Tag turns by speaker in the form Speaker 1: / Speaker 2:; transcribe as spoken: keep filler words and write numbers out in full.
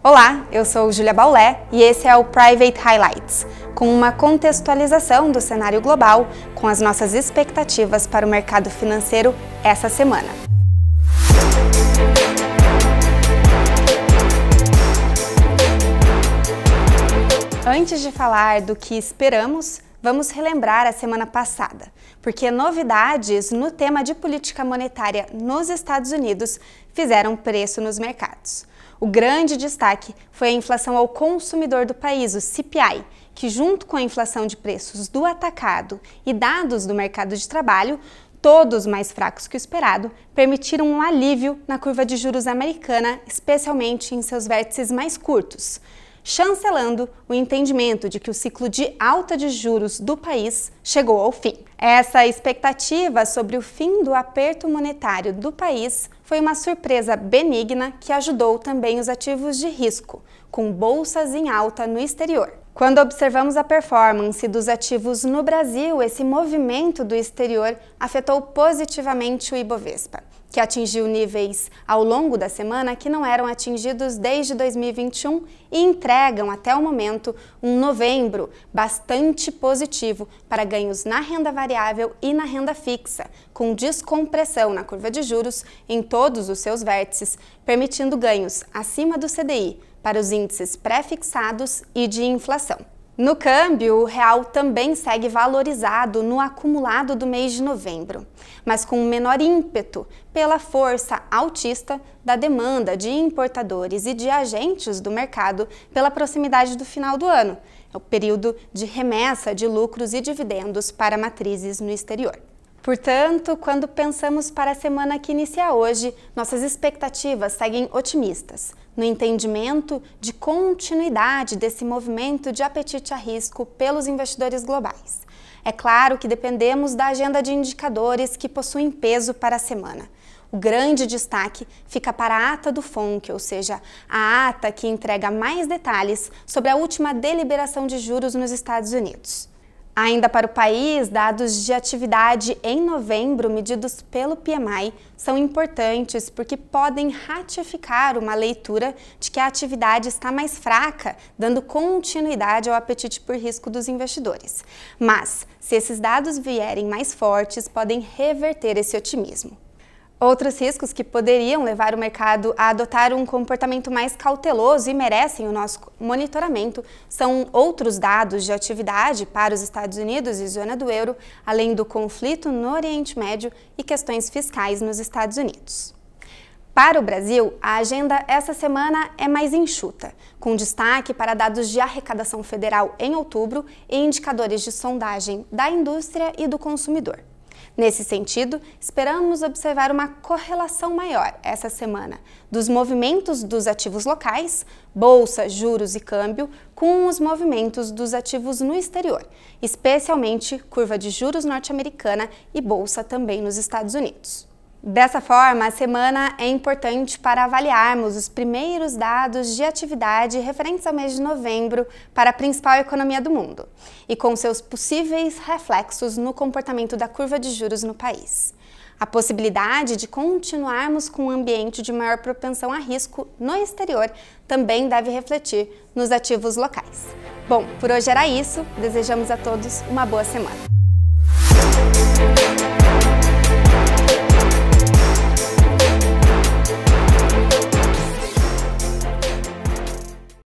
Speaker 1: Olá, eu sou Júlia Baulé e esse é o Private Highlights, com uma contextualização do cenário global com as nossas expectativas para o mercado financeiro essa semana. Antes de falar do que esperamos, vamos relembrar a semana passada, porque novidades no tema de política monetária nos Estados Unidos fizeram preço nos mercados. O grande destaque foi a inflação ao consumidor do país, o C P I, que junto com a inflação de preços do atacado e dados do mercado de trabalho, todos mais fracos que o esperado, permitiram um alívio na curva de juros americana, especialmente em seus vértices mais curtos, chancelando o entendimento de que o ciclo de alta de juros do país chegou ao fim. Essa expectativa sobre o fim do aperto monetário do país foi uma surpresa benigna que ajudou também os ativos de risco, com bolsas em alta no exterior. Quando observamos a performance dos ativos no Brasil, esse movimento do exterior afetou positivamente o Ibovespa, que atingiu níveis ao longo da semana que não eram atingidos desde dois mil e vinte e um e entregam até o momento um novembro bastante positivo para ganhos na renda variável e na renda fixa, com descompressão na curva de juros em todos os seus vértices, permitindo ganhos acima do C D I para os índices pré-fixados e de inflação. No câmbio, o real também segue valorizado no acumulado do mês de novembro, mas com menor ímpeto pela força altista da demanda de importadores e de agentes do mercado pela proximidade do final do ano, é o período de remessa de lucros e dividendos para matrizes no exterior. Portanto, quando pensamos para a semana que inicia hoje, nossas expectativas seguem otimistas, no entendimento de continuidade desse movimento de apetite a risco pelos investidores globais. É claro que dependemos da agenda de indicadores que possuem peso para a semana. O grande destaque fica para a ata do F O N C, ou seja, a ata que entrega mais detalhes sobre a última deliberação de juros nos Estados Unidos. Ainda para o país, dados de atividade em novembro medidos pelo P M I são importantes porque podem ratificar uma leitura de que a atividade está mais fraca, dando continuidade ao apetite por risco dos investidores. Mas, se esses dados vierem mais fortes, podem reverter esse otimismo. Outros riscos que poderiam levar o mercado a adotar um comportamento mais cauteloso e merecem o nosso monitoramento são outros dados de atividade para os Estados Unidos e zona do euro, além do conflito no Oriente Médio e questões fiscais nos Estados Unidos. Para o Brasil, a agenda essa semana é mais enxuta, com destaque para dados de arrecadação federal em outubro e indicadores de sondagem da indústria e do consumidor. Nesse sentido, esperamos observar uma correlação maior essa semana dos movimentos dos ativos locais, bolsa, juros e câmbio, com os movimentos dos ativos no exterior, especialmente curva de juros norte-americana e bolsa também nos Estados Unidos. Dessa forma, a semana é importante para avaliarmos os primeiros dados de atividade referentes ao mês de novembro para a principal economia do mundo e com seus possíveis reflexos no comportamento da curva de juros no país. A possibilidade de continuarmos com um ambiente de maior propensão a risco no exterior também deve refletir nos ativos locais. Bom, por hoje era isso. Desejamos a todos uma boa semana.